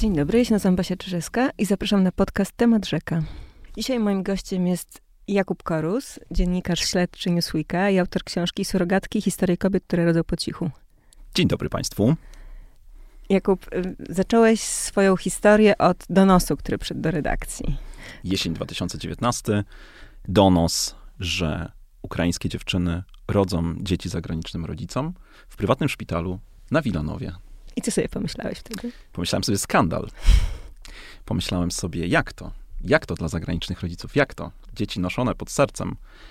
Dzień dobry, ja się nazywam Basia Czyżyska i zapraszam na podcast Temat Rzeka. Dzisiaj moim gościem jest Jakub Korus, dziennikarz śledczy Newsweeka i autor książki Surogatki, historie kobiet, które rodzą po cichu. Dzień dobry Państwu. Jakub, zacząłeś swoją historię od donosu, który przyszedł do redakcji. Jesień 2019. Donos, że ukraińskie dziewczyny rodzą dzieci zagranicznym rodzicom w prywatnym szpitalu na Wilanowie. I co sobie pomyślałeś wtedy? Pomyślałem sobie, skandal. Pomyślałem sobie, jak to? Jak to dla zagranicznych rodziców? Jak to? Dzieci noszone pod sercem.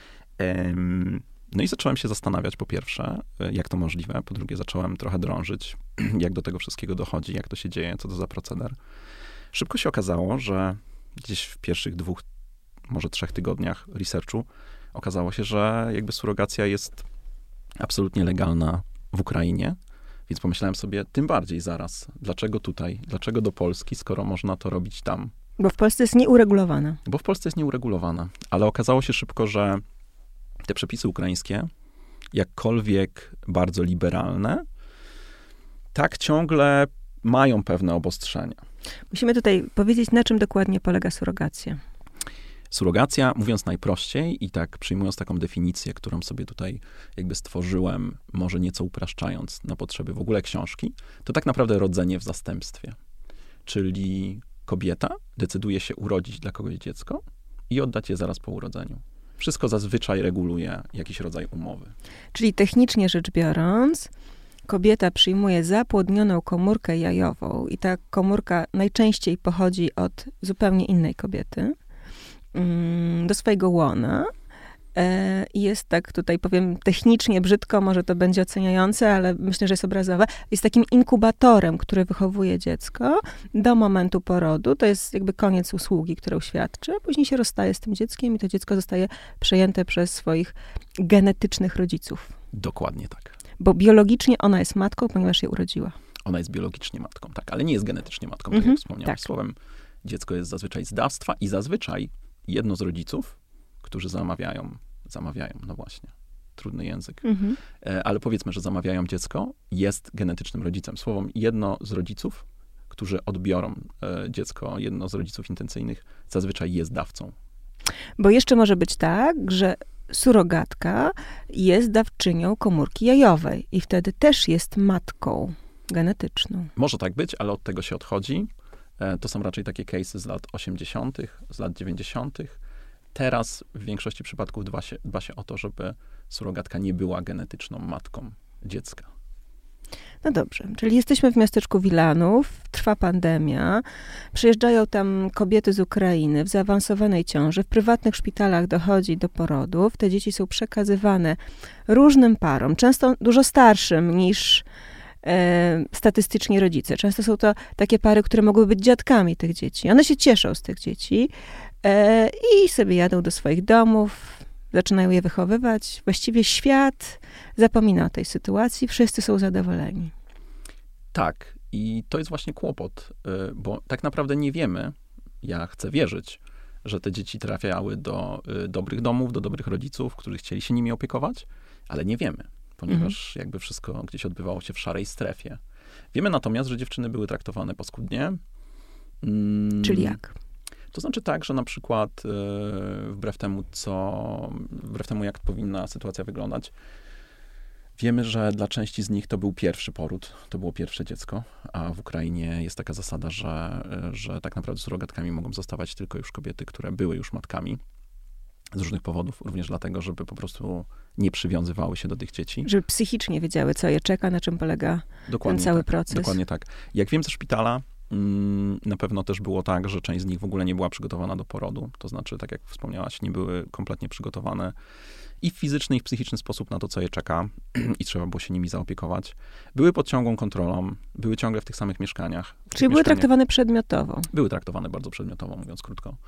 No i zacząłem się zastanawiać, po pierwsze, jak to możliwe. Po drugie, zacząłem trochę drążyć, jak do tego wszystkiego dochodzi, jak to się dzieje, co to za proceder. Szybko się okazało, że gdzieś w pierwszych 2, może 3 tygodniach researchu okazało się, że jakby surogacja jest absolutnie legalna w Ukrainie. Więc pomyślałem sobie, tym bardziej zaraz, dlaczego tutaj, dlaczego do Polski, skoro można to robić tam? Bo w Polsce jest nieuregulowana. Bo w Polsce jest nieuregulowana. Ale okazało się szybko, że te przepisy ukraińskie, jakkolwiek bardzo liberalne, tak ciągle mają pewne obostrzenia. Musimy tutaj powiedzieć, na czym dokładnie polega surogacja. Surogacja, mówiąc najprościej i tak przyjmując taką definicję, którą sobie tutaj jakby stworzyłem, może nieco upraszczając na potrzeby w ogóle książki, to tak naprawdę rodzenie w zastępstwie. Czyli kobieta decyduje się urodzić dla kogoś dziecko i oddać je zaraz po urodzeniu. Wszystko zazwyczaj reguluje jakiś rodzaj umowy. Czyli technicznie rzecz biorąc, kobieta przyjmuje zapłodnioną komórkę jajową i ta komórka najczęściej pochodzi od zupełnie innej kobiety do swojego łona. I jest tak, tutaj powiem technicznie, brzydko, może to będzie oceniające, ale myślę, że jest obrazowe. Jest takim inkubatorem, który wychowuje dziecko do momentu porodu. To jest jakby koniec usługi, którą świadczy. Później się rozstaje z tym dzieckiem i to dziecko zostaje przejęte przez swoich genetycznych rodziców. Dokładnie tak. Bo biologicznie ona jest matką, ponieważ je urodziła. Ona jest biologicznie matką, tak, ale nie jest genetycznie matką, tak jak wspomniałem. Tak. Słowem, dziecko jest zazwyczaj z dawstwa i zazwyczaj jedno z rodziców, którzy zamawiają, no właśnie, trudny język, ale powiedzmy, że zamawiają dziecko, jest genetycznym rodzicem. Słowem, jedno z rodziców, którzy odbiorą dziecko, jedno z rodziców intencyjnych, zazwyczaj jest dawcą. Bo jeszcze może być tak, że surogatka jest dawczynią komórki jajowej i wtedy też jest matką genetyczną. Może tak być, ale od tego się odchodzi. To są raczej takie case'y z lat 80., z lat 90. Teraz w większości przypadków dba się o to, żeby surogatka nie była genetyczną matką dziecka. No dobrze, czyli jesteśmy w miasteczku Wilanów, trwa pandemia, przyjeżdżają tam kobiety z Ukrainy w zaawansowanej ciąży, w prywatnych szpitalach dochodzi do porodów, te dzieci są przekazywane różnym parom, często dużo starszym niż statystycznie rodzice. Często są to takie pary, które mogły być dziadkami tych dzieci. One się cieszą z tych dzieci i sobie jadą do swoich domów, zaczynają je wychowywać. Właściwie świat zapomina o tej sytuacji, wszyscy są zadowoleni. Tak, i to jest właśnie kłopot, bo tak naprawdę nie wiemy, ja chcę wierzyć, że te dzieci trafiały do dobrych domów, do dobrych rodziców, którzy chcieli się nimi opiekować, ale nie wiemy, ponieważ jakby wszystko gdzieś odbywało się w szarej strefie. Wiemy natomiast, że dziewczyny były traktowane paskudnie. Czyli jak? To znaczy tak, że na przykład wbrew temu jak powinna sytuacja wyglądać, wiemy, że dla części z nich to był pierwszy poród, to było pierwsze dziecko, a w Ukrainie jest taka zasada, że tak naprawdę surogatkami mogą zostawać tylko już kobiety, które były już matkami z różnych powodów, również dlatego, żeby po prostu nie przywiązywały się do tych dzieci. Żeby psychicznie wiedziały, co je czeka, na czym polega ten cały proces. Dokładnie tak. Jak wiem ze szpitala, na pewno też było tak, że część z nich w ogóle nie była przygotowana do porodu. To znaczy, tak jak wspomniałaś, nie były kompletnie przygotowane i w fizyczny, i w psychiczny sposób na to, co je czeka i trzeba było się nimi zaopiekować. Były pod ciągłą kontrolą, były ciągle w tych samych mieszkaniach. Czyli były traktowane przedmiotowo. Były traktowane bardzo przedmiotowo, mówiąc krótko.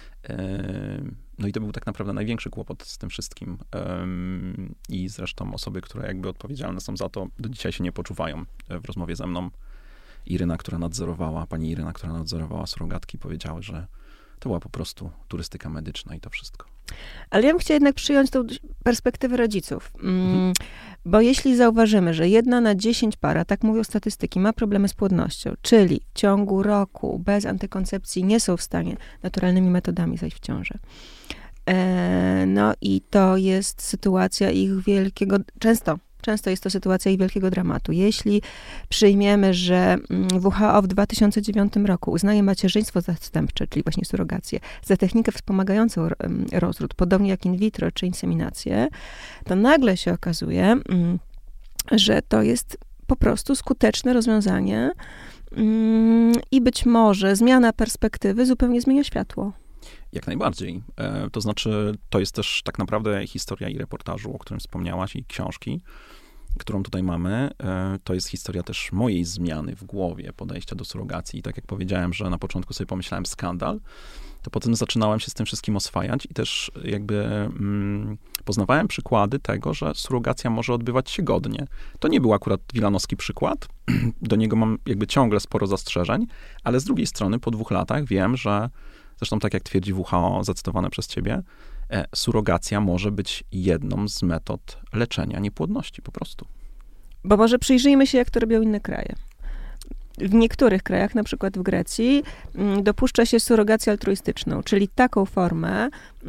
No i to był tak naprawdę największy kłopot z tym wszystkim. I zresztą osoby, które jakby odpowiedzialne są za to, do dzisiaj się nie poczuwają w rozmowie ze mną. Pani Iryna, która nadzorowała surogatki, powiedziały, że To była po prostu turystyka medyczna i to wszystko. Ale ja bym chciała jednak przyjąć tą perspektywę rodziców. Bo jeśli zauważymy, że 1 na 10 par, a tak mówią statystyki, ma problemy z płodnością, czyli w ciągu roku bez antykoncepcji nie są w stanie naturalnymi metodami zajść w ciążę. No i to jest sytuacja ich wielkiego, często jest to sytuacja ich wielkiego dramatu. Jeśli przyjmiemy, że WHO w 2009 roku uznaje macierzyństwo zastępcze, czyli właśnie surrogację, za technikę wspomagającą rozród, podobnie jak in vitro czy inseminację, to nagle się okazuje, że to jest po prostu skuteczne rozwiązanie i być może zmiana perspektywy zupełnie zmienia światło. Jak najbardziej. To znaczy, to jest też tak naprawdę historia i reportażu, o którym wspomniałaś, i książki, którą tutaj mamy. To jest historia też mojej zmiany w głowie, podejścia do surrogacji. I tak jak powiedziałem, że na początku sobie pomyślałem skandal, to potem zaczynałem się z tym wszystkim oswajać i też jakby poznawałem przykłady tego, że surrogacja może odbywać się godnie. To nie był akurat wilanowski przykład, do niego mam jakby ciągle sporo zastrzeżeń, ale z drugiej strony po 2 latach wiem, że zresztą tak jak twierdzi WHO, zacytowane przez ciebie, surrogacja może być jedną z metod leczenia niepłodności po prostu. Bo może przyjrzyjmy się, jak to robią inne kraje. W niektórych krajach, na przykład w Grecji, dopuszcza się surrogację altruistyczną, czyli taką formę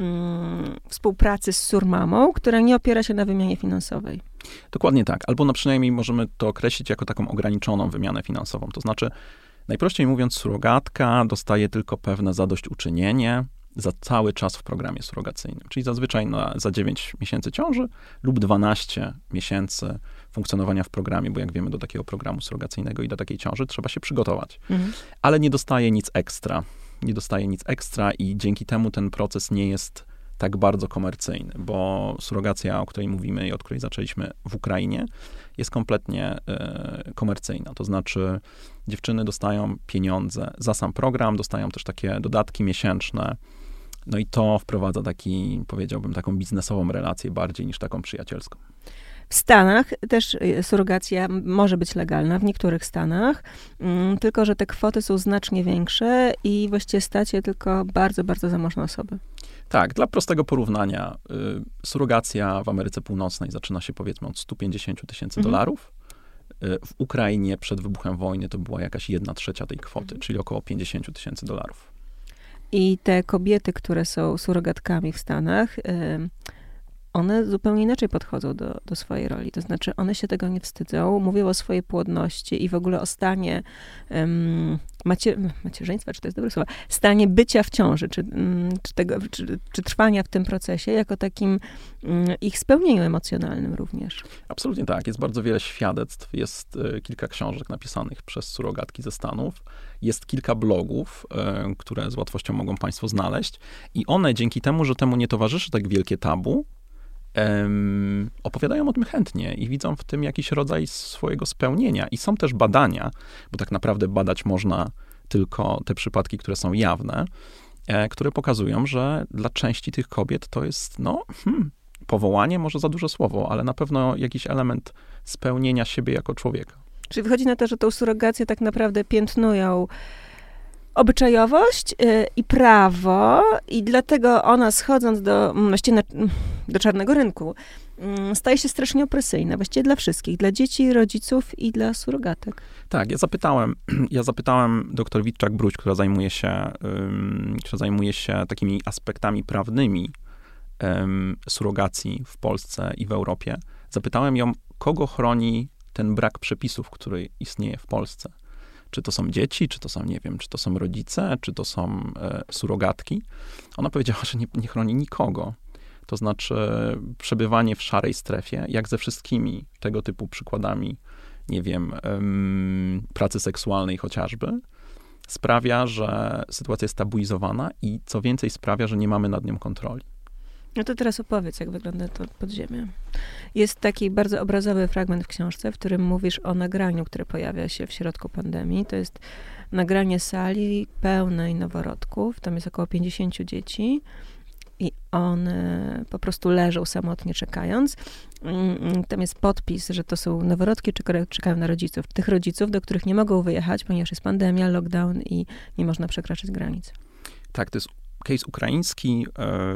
współpracy z surmamą, która nie opiera się na wymianie finansowej. Dokładnie tak. Albo przynajmniej możemy to określić jako taką ograniczoną wymianę finansową. To znaczy, najprościej mówiąc, surrogatka dostaje tylko pewne zadośćuczynienie za cały czas w programie surrogacyjnym. Czyli zazwyczaj za 9 miesięcy ciąży lub 12 miesięcy funkcjonowania w programie, bo jak wiemy, do takiego programu surrogacyjnego i do takiej ciąży trzeba się przygotować. Ale nie dostaje nic ekstra. Nie dostaje nic ekstra i dzięki temu ten proces nie jest tak bardzo komercyjny, bo surrogacja, o której mówimy i od której zaczęliśmy w Ukrainie, jest kompletnie komercyjna. To znaczy dziewczyny dostają pieniądze za sam program, dostają też takie dodatki miesięczne, no i to wprowadza taki, powiedziałbym, taką biznesową relację bardziej niż taką przyjacielską. W Stanach też surrogacja może być legalna, w niektórych stanach, tylko że te kwoty są znacznie większe i właściwie stać je tylko bardzo, bardzo zamożne osoby. Tak, dla prostego porównania, surrogacja w Ameryce Północnej zaczyna się powiedzmy od 150 000 dolarów. W Ukrainie przed wybuchem wojny to była jakaś 1/3 tej kwoty, czyli około 50 000 dolarów. I te kobiety, które są surrogatkami w Stanach, one zupełnie inaczej podchodzą do swojej roli. To znaczy, one się tego nie wstydzą, mówią o swojej płodności i w ogóle o stanie macierzyństwa, czy to jest dobre słowo, stanie bycia w ciąży, czy trwania w tym procesie, jako takim ich spełnieniu emocjonalnym również. Absolutnie tak. Jest bardzo wiele świadectw. Jest kilka książek napisanych przez surrogatki ze Stanów. Jest kilka blogów, które z łatwością mogą państwo znaleźć. I one dzięki temu, że temu nie towarzyszy tak wielkie tabu, opowiadają o tym chętnie i widzą w tym jakiś rodzaj swojego spełnienia. I są też badania, bo tak naprawdę badać można tylko te przypadki, które są jawne, które pokazują, że dla części tych kobiet to jest, powołanie, może za duże słowo, ale na pewno jakiś element spełnienia siebie jako człowieka. Czyli wychodzi na to, że tą surrogację tak naprawdę piętnują obyczajowość i prawo i dlatego ona schodząc do czarnego rynku staje się strasznie opresyjna, właściwie dla wszystkich, dla dzieci, rodziców i dla surrogatek. Tak, ja zapytałem dr Witczak-Bruś, która zajmuje się takimi aspektami prawnymi surrogacji w Polsce i w Europie. Zapytałem ją, kogo chroni ten brak przepisów, który istnieje w Polsce. Czy to są dzieci, czy to są, nie wiem, czy to są rodzice, czy to są surrogatki. Ona powiedziała, że nie chroni nikogo. To znaczy przebywanie w szarej strefie, jak ze wszystkimi tego typu przykładami, nie wiem, pracy seksualnej chociażby, sprawia, że sytuacja jest tabuizowana i co więcej sprawia, że nie mamy nad nią kontroli. No to teraz opowiedz, jak wygląda to podziemie. Jest taki bardzo obrazowy fragment w książce, w którym mówisz o nagraniu, które pojawia się w środku pandemii. To jest nagranie sali pełnej noworodków. Tam jest około 50 dzieci i one po prostu leżą samotnie czekając. Tam jest podpis, że to są noworodki, czekają na rodziców. Tych rodziców, do których nie mogą wyjechać, ponieważ jest pandemia, lockdown i nie można przekraczać granic. Tak, to jest case ukraiński,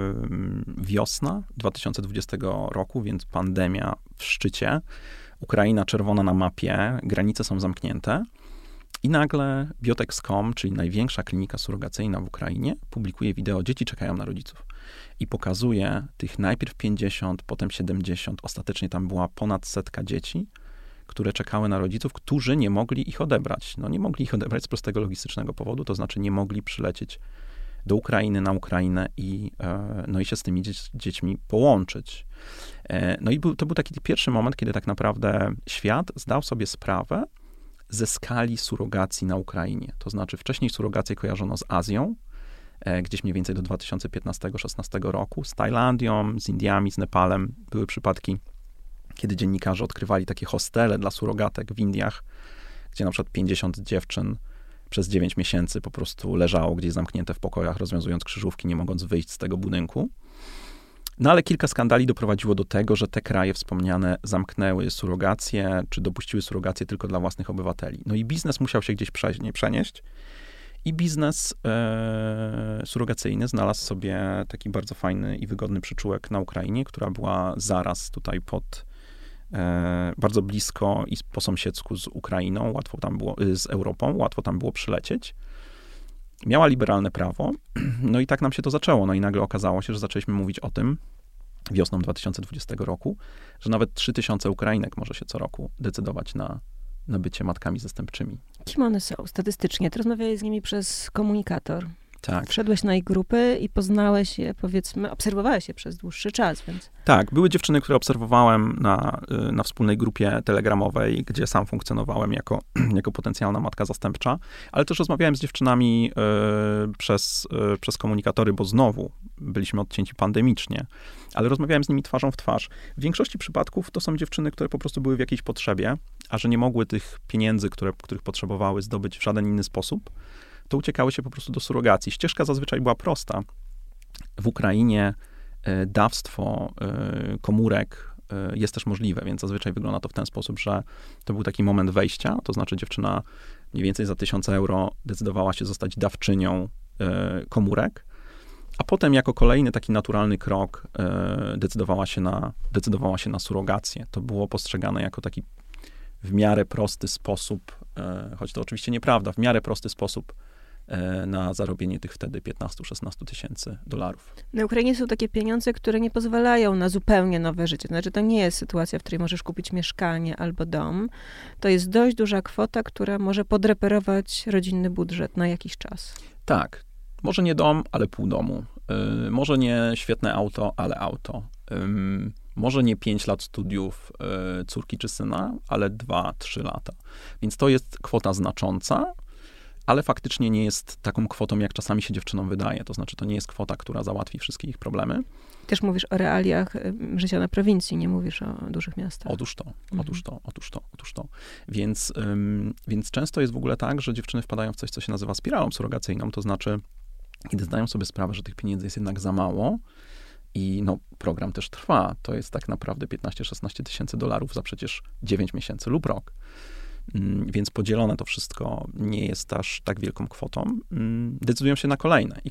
wiosna 2020 roku, więc pandemia w szczycie. Ukraina czerwona na mapie, granice są zamknięte. I nagle Biotex.com, czyli największa klinika surogacyjna w Ukrainie, publikuje wideo, dzieci czekają na rodziców. I pokazuje tych najpierw 50, potem 70, ostatecznie tam była ponad 100 dzieci, które czekały na rodziców, którzy nie mogli ich odebrać. No nie mogli ich odebrać z prostego logistycznego powodu, to znaczy nie mogli przylecieć do Ukrainy, na Ukrainę i się z tymi dziećmi połączyć. No i to był taki pierwszy moment, kiedy tak naprawdę świat zdał sobie sprawę ze skali surogacji na Ukrainie. To znaczy wcześniej surogację kojarzono z Azją, gdzieś mniej więcej do 2015-16 roku, z Tajlandią, z Indiami, z Nepalem. Były przypadki, kiedy dziennikarze odkrywali takie hostele dla surogatek w Indiach, gdzie na przykład 50 dziewczyn przez 9 miesięcy po prostu leżało gdzieś zamknięte w pokojach, rozwiązując krzyżówki, nie mogąc wyjść z tego budynku. No ale kilka skandali doprowadziło do tego, że te kraje wspomniane zamknęły surogację, czy dopuściły surogację tylko dla własnych obywateli. No i biznes musiał się gdzieś przenieść i biznes surogacyjny znalazł sobie taki bardzo fajny i wygodny przyczółek na Ukrainie, która była zaraz tutaj bardzo blisko i po sąsiedzku z Ukrainą, łatwo tam było, z Europą, łatwo tam było przylecieć. Miała liberalne prawo, no i tak nam się to zaczęło. No i nagle okazało się, że zaczęliśmy mówić o tym wiosną 2020 roku, że nawet 3000 Ukrainek może się co roku decydować na bycie matkami zastępczymi. Kim one są statystycznie? Ty rozmawiałeś z nimi przez komunikator. Tak. Wszedłeś na ich grupy i poznałeś je, powiedzmy, obserwowałeś je przez dłuższy czas, więc... Tak, były dziewczyny, które obserwowałem na wspólnej grupie telegramowej, gdzie sam funkcjonowałem jako potencjalna matka zastępcza, ale też rozmawiałem z dziewczynami przez komunikatory, bo znowu byliśmy odcięci pandemicznie, ale rozmawiałem z nimi twarzą w twarz. W większości przypadków to są dziewczyny, które po prostu były w jakiejś potrzebie, a że nie mogły tych pieniędzy, których potrzebowały, zdobyć w żaden inny sposób, to uciekały się po prostu do surogacji. Ścieżka zazwyczaj była prosta. W Ukrainie dawstwo komórek jest też możliwe, więc zazwyczaj wygląda to w ten sposób, że to był taki moment wejścia, to znaczy dziewczyna mniej więcej za 1000 euro decydowała się zostać dawczynią komórek, a potem jako kolejny taki naturalny krok decydowała się na surogację. To było postrzegane jako taki w miarę prosty sposób, choć to oczywiście nieprawda, w miarę prosty sposób na zarobienie tych wtedy 15-16 tysięcy dolarów. Na Ukrainie są takie pieniądze, które nie pozwalają na zupełnie nowe życie. To znaczy, to nie jest sytuacja, w której możesz kupić mieszkanie albo dom. To jest dość duża kwota, która może podreperować rodzinny budżet na jakiś czas. Tak. Może nie dom, ale pół domu. Może nie świetne auto, ale auto. Może nie 5 lat studiów córki czy syna, ale 2-3 lata. Więc to jest kwota znacząca, ale faktycznie nie jest taką kwotą, jak czasami się dziewczynom wydaje. To znaczy, to nie jest kwota, która załatwi wszystkie ich problemy. Też mówisz o realiach życia na prowincji, nie mówisz o dużych miastach. Otóż to. Więc często jest w ogóle tak, że dziewczyny wpadają w coś, co się nazywa spiralą surogacyjną, to znaczy, kiedy zdają sobie sprawę, że tych pieniędzy jest jednak za mało i program też trwa, to jest tak naprawdę 15-16 tysięcy dolarów za przecież 9 miesięcy lub rok. Więc podzielone to wszystko nie jest aż tak wielką kwotą. Decydują się na kolejne.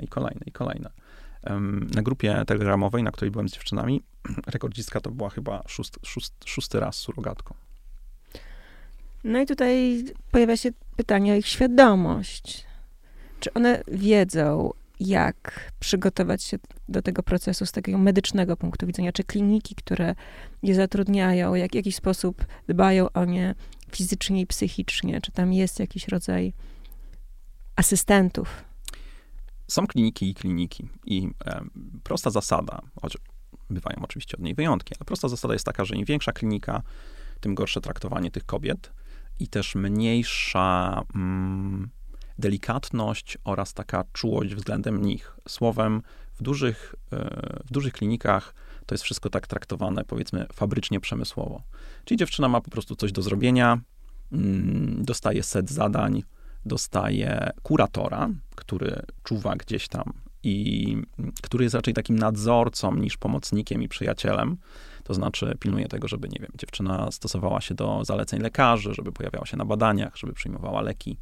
Na grupie telegramowej, na której byłem z dziewczynami, rekordzistka to była chyba szósty raz surogatką. No i tutaj pojawia się pytanie o ich świadomość. Czy one wiedzą, jak przygotować się do tego procesu z takiego medycznego punktu widzenia? Czy kliniki, które je zatrudniają, w jakiś sposób dbają o nie fizycznie i psychicznie? Czy tam jest jakiś rodzaj asystentów? Są kliniki i kliniki. I prosta zasada, choć bywają oczywiście od niej wyjątki, ale prosta zasada jest taka, że im większa klinika, tym gorsze traktowanie tych kobiet i też mniejsza delikatność oraz taka czułość względem nich. Słowem, w dużych klinikach to jest wszystko tak traktowane, powiedzmy, fabrycznie, przemysłowo. Czyli dziewczyna ma po prostu coś do zrobienia, dostaje set zadań, dostaje kuratora, który czuwa gdzieś tam i który jest raczej takim nadzorcą niż pomocnikiem i przyjacielem. To znaczy pilnuje tego, żeby, nie wiem, dziewczyna stosowała się do zaleceń lekarzy, żeby pojawiała się na badaniach, żeby przyjmowała leki,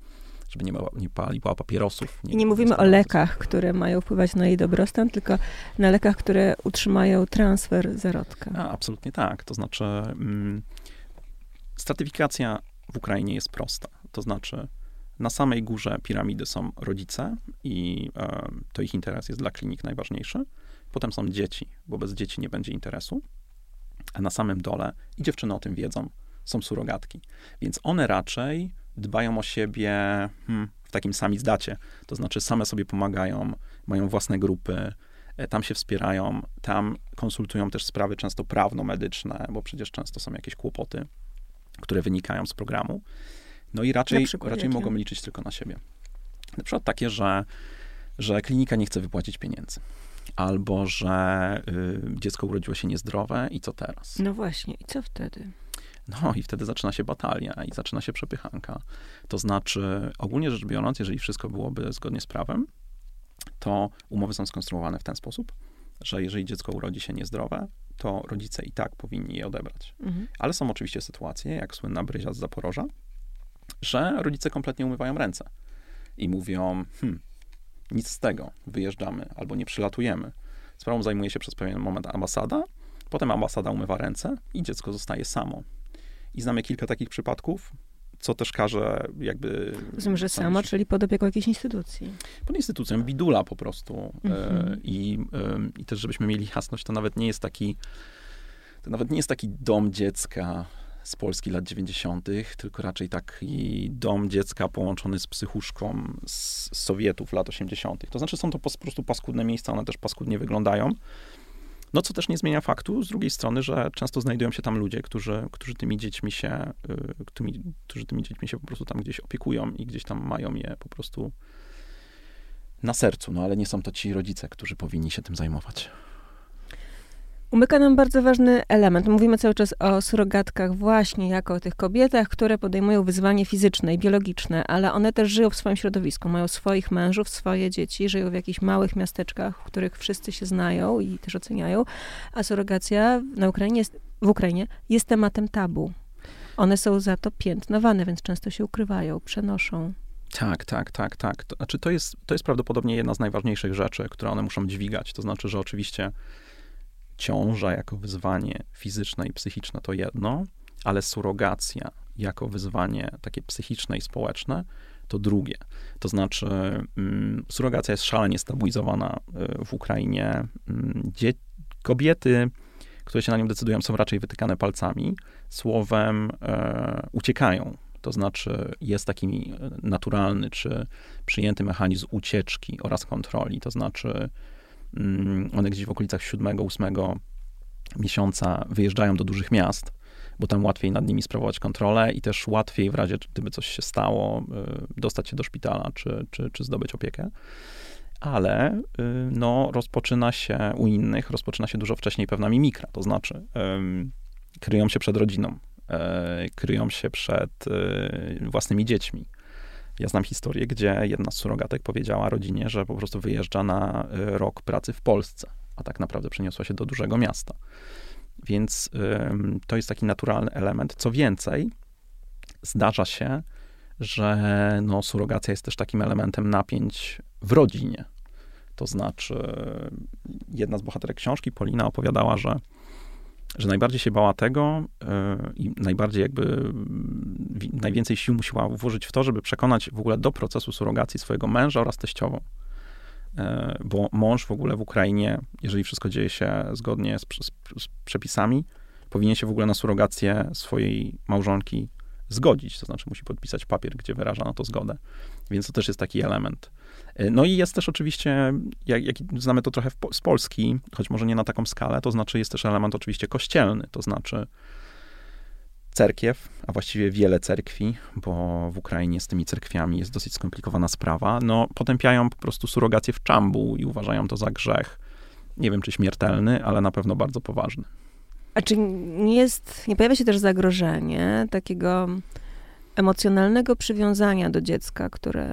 żeby nie paliła papierosów. I nie mówimy o lekach, które mają wpływać na jej dobrostan, tylko na lekach, które utrzymają transfer zarodka. Absolutnie tak. To znaczy stratyfikacja w Ukrainie jest prosta. To znaczy na samej górze piramidy są rodzice i to ich interes jest dla klinik najważniejszy. Potem są dzieci, bo bez dzieci nie będzie interesu. A na samym dole, i dziewczyny o tym wiedzą, są surogatki. Więc one raczej dbają o siebie w takim samizdacie. To znaczy same sobie pomagają, mają własne grupy, tam się wspierają, tam konsultują też sprawy często prawno-medyczne, bo przecież często są jakieś kłopoty, które wynikają z programu. No i raczej mogą liczyć tylko na siebie. Na przykład takie, że klinika nie chce wypłacić pieniędzy. Albo, że dziecko urodziło się niezdrowe i co teraz? No właśnie, i co wtedy? No i wtedy zaczyna się batalia i zaczyna się przepychanka. To znaczy, ogólnie rzecz biorąc, jeżeli wszystko byłoby zgodnie z prawem, to umowy są skonstruowane w ten sposób, że jeżeli dziecko urodzi się niezdrowe, to rodzice i tak powinni je odebrać. Ale są oczywiście sytuacje, jak słynna Bryzia z Zaporoża, że rodzice kompletnie umywają ręce i mówią, nic z tego, wyjeżdżamy albo nie przylatujemy. Sprawą zajmuje się przez pewien moment ambasada, potem ambasada umywa ręce i dziecko zostaje samo. I znamy kilka takich przypadków, co też każe jakby... Rozumiem, że samo, czyli pod opieką jakiejś instytucji. Pod instytucją, bidula po prostu. I też, żebyśmy mieli jasność, to nawet nie jest taki dom dziecka z Polski lat 90., tylko raczej taki dom dziecka połączony z psychuszką z Sowietów lat 80. To znaczy są to po prostu paskudne miejsca, one też paskudnie wyglądają. No co też nie zmienia faktu, z drugiej strony, że często znajdują się tam ludzie, którzy tymi dziećmi się po prostu tam gdzieś opiekują i gdzieś tam mają je po prostu na sercu. No ale nie są to ci rodzice, którzy powinni się tym zajmować. Umyka nam bardzo ważny element. Mówimy cały czas o surogatkach właśnie jako o tych kobietach, które podejmują wyzwanie fizyczne i biologiczne, ale one też żyją w swoim środowisku, mają swoich mężów, swoje dzieci, żyją w jakichś małych miasteczkach, w których wszyscy się znają i też oceniają, a surrogacja w Ukrainie jest tematem tabu. One są za to piętnowane, więc często się ukrywają, przenoszą. Tak. To znaczy, to jest prawdopodobnie jedna z najważniejszych rzeczy, które one muszą dźwigać. To znaczy, że oczywiście ciąża jako wyzwanie fizyczne i psychiczne to jedno, ale surogacja jako wyzwanie takie psychiczne i społeczne to drugie. To znaczy surogacja jest szalenie stabilizowana w Ukrainie. Kobiety, które się na nią decydują, są raczej wytykane palcami. Słowem uciekają. To znaczy jest taki naturalny czy przyjęty mechanizm ucieczki oraz kontroli. To znaczy one gdzieś w okolicach 7-8 miesiąca wyjeżdżają do dużych miast, bo tam łatwiej nad nimi sprawować kontrolę i też łatwiej w razie, gdyby coś się stało, dostać się do szpitala czy zdobyć opiekę. Ale rozpoczyna się u innych, dużo wcześniej pewna mimikra, to znaczy kryją się przed rodziną, kryją się przed własnymi dziećmi. Ja znam historię, gdzie jedna z surogatek powiedziała rodzinie, że po prostu wyjeżdża na rok pracy w Polsce, a tak naprawdę przeniosła się do dużego miasta. Więc to jest taki naturalny element. Co więcej, zdarza się, że surogacja jest też takim elementem napięć w rodzinie. To znaczy, jedna z bohaterek książki, Polina, opowiadała, że najbardziej się bała tego i najwięcej sił musiała włożyć w to, żeby przekonać w ogóle do procesu surogacji swojego męża oraz teściową. Bo mąż w ogóle w Ukrainie, jeżeli wszystko dzieje się zgodnie z przepisami, powinien się w ogóle na surogację swojej małżonki zgodzić. To znaczy musi podpisać papier, gdzie wyraża na to zgodę. Więc to też jest taki element. No i jest też oczywiście, jak znamy to trochę z Polski, choć może nie na taką skalę, to znaczy jest też element oczywiście kościelny, to znaczy cerkiew, a właściwie wiele cerkwi, bo w Ukrainie z tymi cerkwiami jest dosyć skomplikowana sprawa, potępiają po prostu surogację w czambu i uważają to za grzech. Nie wiem, czy śmiertelny, ale na pewno bardzo poważny. A czy nie pojawia się też zagrożenie takiego emocjonalnego przywiązania do dziecka,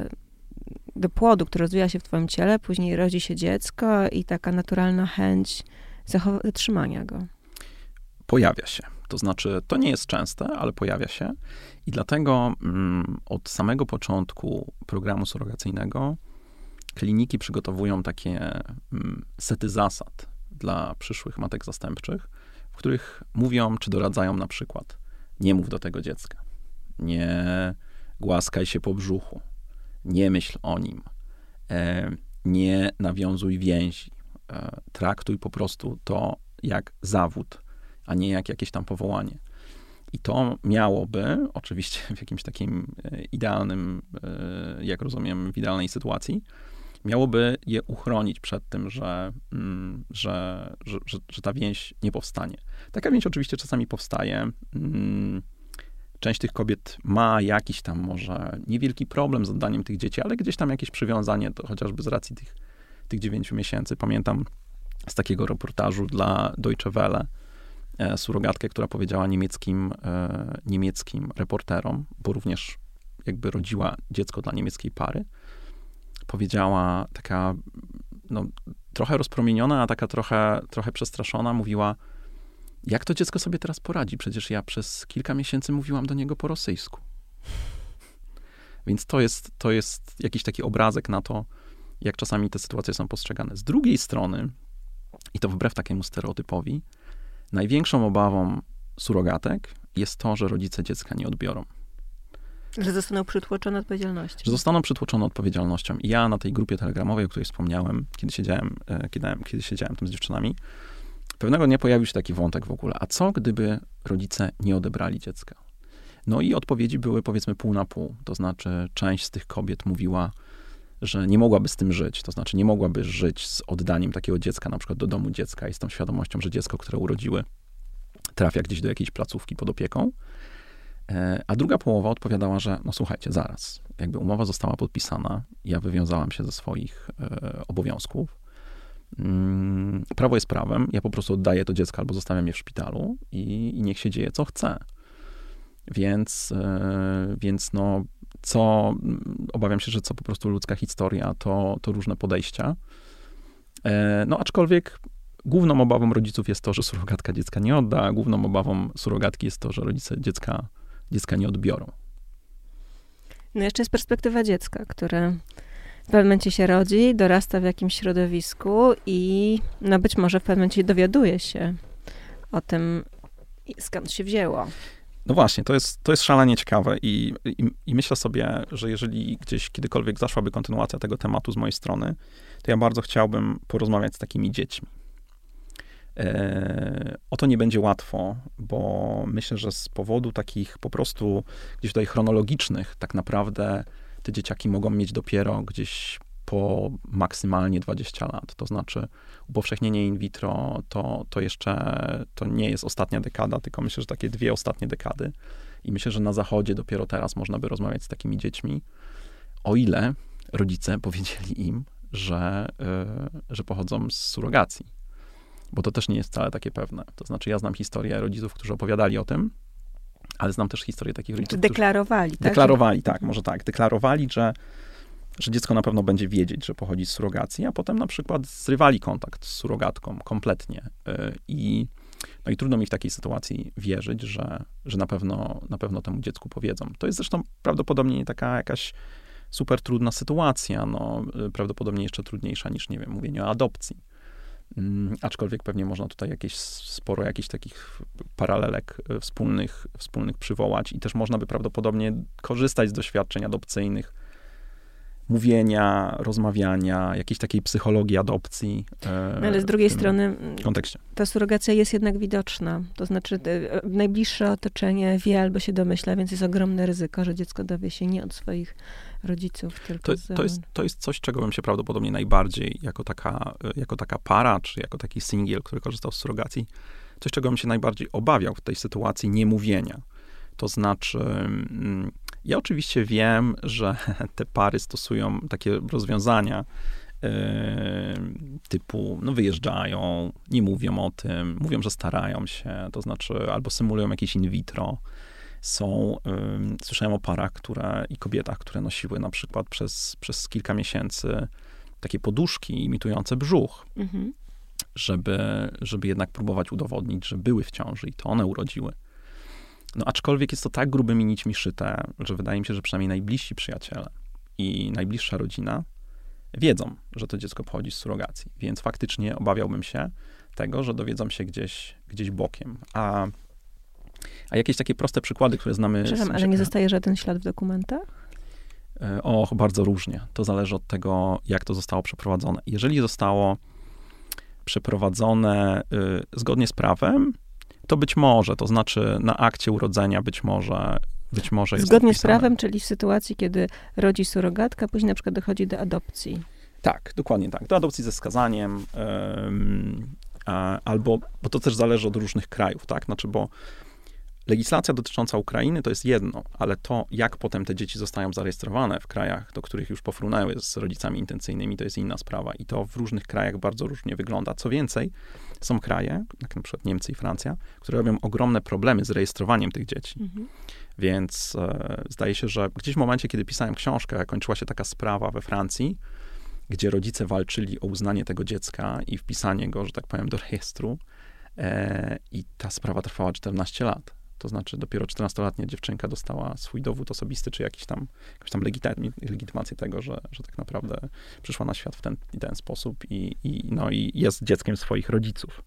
do płodu, który rozwija się w twoim ciele, później rodzi się dziecko i taka naturalna chęć zatrzymania go? Pojawia się. To znaczy, to nie jest częste, ale pojawia się i dlatego od samego początku programu surrogacyjnego kliniki przygotowują takie sety zasad dla przyszłych matek zastępczych, w których mówią, czy doradzają na przykład: nie mów do tego dziecka, nie głaskaj się po brzuchu, nie myśl o nim, nie nawiązuj więzi, traktuj po prostu to jak zawód, a nie jak jakieś tam powołanie. I to miałoby, oczywiście w jakimś takim idealnym, jak rozumiem, w idealnej sytuacji, miałoby je uchronić przed tym, że ta więź nie powstanie. Taka więź oczywiście czasami powstaje. Część tych kobiet ma jakiś tam może niewielki problem z oddaniem tych dzieci, ale gdzieś tam jakieś przywiązanie, to chociażby z racji tych 9 miesięcy. Pamiętam z takiego reportażu dla Deutsche Welle surogatkę, która powiedziała niemieckim reporterom, bo również jakby rodziła dziecko dla niemieckiej pary, powiedziała taka, no, trochę rozpromieniona, a taka trochę przestraszona, mówiła: jak to dziecko sobie teraz poradzi? Przecież ja przez kilka miesięcy mówiłam do niego po rosyjsku. Więc to jest jakiś taki obrazek na to, jak czasami te sytuacje są postrzegane. Z drugiej strony, i to wbrew takiemu stereotypowi, największą obawą surogatek jest to, że rodzice dziecka nie odbiorą. Że zostaną przytłoczone odpowiedzialnością. Że zostaną przytłoczone odpowiedzialnością. I ja na tej grupie telegramowej, o której wspomniałem, kiedy siedziałem tam z dziewczynami, pewnego dnia pojawił się taki wątek w ogóle. A co, gdyby rodzice nie odebrali dziecka? No i odpowiedzi były, powiedzmy, pół na pół. To znaczy, część z tych kobiet mówiła, że nie mogłaby z tym żyć. To znaczy, nie mogłaby żyć z oddaniem takiego dziecka na przykład do domu dziecka i z tą świadomością, że dziecko, które urodziły, trafia gdzieś do jakiejś placówki pod opieką. A druga połowa odpowiadała, że no słuchajcie, zaraz, jakby umowa została podpisana, ja wywiązałam się ze swoich obowiązków, prawo jest prawem, ja po prostu oddaję to dziecko albo zostawiam je w szpitalu i niech się dzieje, co chce. Więc no, obawiam się, że co po prostu ludzka historia, to różne podejścia. No aczkolwiek główną obawą rodziców jest to, że surogatka dziecka nie odda, a główną obawą surogatki jest to, że rodzice dziecka nie odbiorą. No jeszcze jest perspektywa dziecka, które w pewnym momencie się rodzi, dorasta w jakimś środowisku i no być może w pewnym momencie dowiaduje się o tym, skąd się wzięło. No właśnie, to jest szalenie ciekawe i myślę sobie, że jeżeli gdzieś kiedykolwiek zaszłaby kontynuacja tego tematu z mojej strony, to ja bardzo chciałbym porozmawiać z takimi dziećmi. O to nie będzie łatwo, bo myślę, że z powodu takich po prostu gdzieś tutaj chronologicznych, tak naprawdę te dzieciaki mogą mieć dopiero gdzieś po maksymalnie 20 lat. To znaczy upowszechnienie in vitro to jeszcze, to nie jest ostatnia dekada, tylko myślę, że takie 2 ostatnie dekady. I myślę, że na Zachodzie dopiero teraz można by rozmawiać z takimi dziećmi, o ile rodzice powiedzieli im, że pochodzą z surrogacji. Bo to też nie jest wcale takie pewne. To znaczy, ja znam historię rodziców, którzy opowiadali o tym, ale znam też historię takich rodziców, deklarowali, tak? Deklarowali, tak, może tak. Deklarowali, że dziecko na pewno będzie wiedzieć, że pochodzi z surrogacji, a potem na przykład zrywali kontakt z surrogatką kompletnie. I trudno mi w takiej sytuacji wierzyć, że na pewno temu dziecku powiedzą. To jest zresztą prawdopodobnie nie taka jakaś super trudna sytuacja, no, prawdopodobnie jeszcze trudniejsza niż, nie wiem, mówienie o adopcji. Aczkolwiek pewnie można tutaj sporo jakichś takich paralelek wspólnych przywołać i też można by prawdopodobnie korzystać z doświadczeń adopcyjnych, mówienia, rozmawiania, jakiejś takiej psychologii adopcji. Ale z drugiej strony kontekście. Ta surrogacja jest jednak widoczna. To znaczy najbliższe otoczenie wie albo się domyśla, więc jest ogromne ryzyko, że dziecko dowie się nie od swoich rodziców, tylko to jest coś, czego bym się prawdopodobnie najbardziej jako taka para, czy jako taki singiel, który korzystał z surrogacji, coś, czego bym się najbardziej obawiał w tej sytuacji niemówienia. To znaczy, ja oczywiście wiem, że te pary stosują takie rozwiązania typu, no wyjeżdżają, nie mówią o tym, mówią, że starają się, to znaczy albo symulują jakieś in vitro. Słyszałem o parach i kobietach, które nosiły na przykład przez kilka miesięcy takie poduszki imitujące brzuch. Mhm. żeby jednak próbować udowodnić, że były w ciąży i to one urodziły. No aczkolwiek jest to tak grubymi nićmi szyte, że wydaje mi się, że przynajmniej najbliżsi przyjaciele i najbliższa rodzina wiedzą, że to dziecko pochodzi z surogacji. Więc faktycznie obawiałbym się tego, że dowiedzą się gdzieś bokiem. A jakieś takie proste przykłady, które znamy... Przepraszam, ale nie zostaje żaden ślad w dokumentach? Bardzo różnie. To zależy od tego, jak to zostało przeprowadzone. Jeżeli zostało przeprowadzone zgodnie z prawem, to być może, to znaczy na akcie urodzenia być może jest zgodnie z wpisane. prawem, czyli w sytuacji, kiedy rodzi surogatka, później na przykład dochodzi do adopcji. Tak, dokładnie tak. Do adopcji ze wskazaniem, albo, bo to też zależy od różnych krajów, tak? Znaczy, bo legislacja dotycząca Ukrainy to jest jedno, ale to, jak potem te dzieci zostają zarejestrowane w krajach, do których już pofrunęły z rodzicami intencyjnymi, to jest inna sprawa. I to w różnych krajach bardzo różnie wygląda. Co więcej, są kraje, jak na przykład Niemcy i Francja, które robią ogromne problemy z rejestrowaniem tych dzieci. Mhm. Więc zdaje się, że gdzieś w momencie, kiedy pisałem książkę, kończyła się taka sprawa we Francji, gdzie rodzice walczyli o uznanie tego dziecka i wpisanie go, że tak powiem, do rejestru. I ta sprawa trwała 14 lat. To znaczy dopiero 14-letnia dziewczynka dostała swój dowód osobisty, czy jakąś tam legitymację tego, że tak naprawdę przyszła na świat w ten sposób i jest dzieckiem swoich rodziców.